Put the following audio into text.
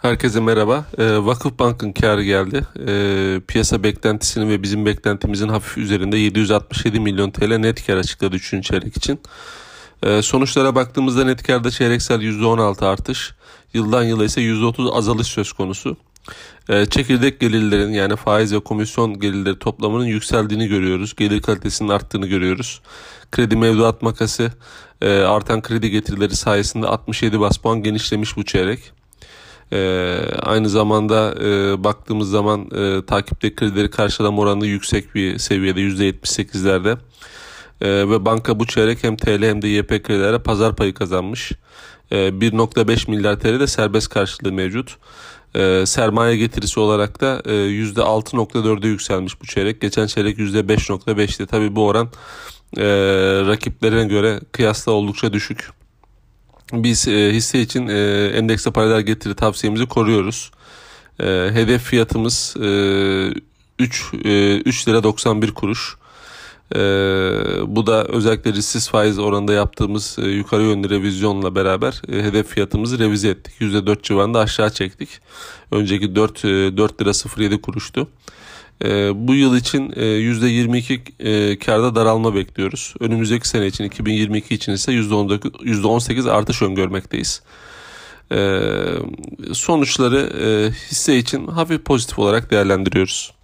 Herkese merhaba. Vakıfbank'ın kârı geldi. Piyasa beklentisinin ve bizim beklentimizin hafif üzerinde 767 milyon TL net kâr açıkladı 3. çeyrek için. Sonuçlara baktığımızda net kârda çeyreksel %16 artış, yıldan yıla ise %30 azalış söz konusu. Çekirdek gelirlerin yani faiz ve komisyon gelirleri toplamının yükseldiğini görüyoruz. Gelir kalitesinin arttığını görüyoruz. Kredi mevduat makası artan kredi getirileri sayesinde 67 bas puan genişlemiş bu çeyrek. Aynı zamanda baktığımız zaman takipteki kredileri karşılama oranı yüksek bir seviyede %78'lerde. Ve banka bu çeyrek hem TL hem de YP kredilere pazar payı kazanmış. 1,5 milyar TL de serbest karşılığı mevcut. Sermaye getirisi olarak da %6,4'e yükselmiş bu çeyrek. Geçen çeyrek %5,5'ti. Tabii bu oran rakiplerine göre kıyasla oldukça düşük. Biz hisse için endeksle paralel getiri tavsiyemizi koruyoruz. Hedef fiyatımız 3 lira 91 kuruş. Bu da özellikle risksiz faiz oranında yaptığımız yukarı yönlü revizyonla beraber hedef fiyatımızı revize ettik. %4 civarında aşağı çektik. Önceki 4 lira 07 kuruştu. Bu yıl için %22 karda daralma bekliyoruz. Önümüzdeki sene için 2022 için ise %18 artış öngörmekteyiz. Sonuçları hisse için hafif pozitif olarak değerlendiriyoruz.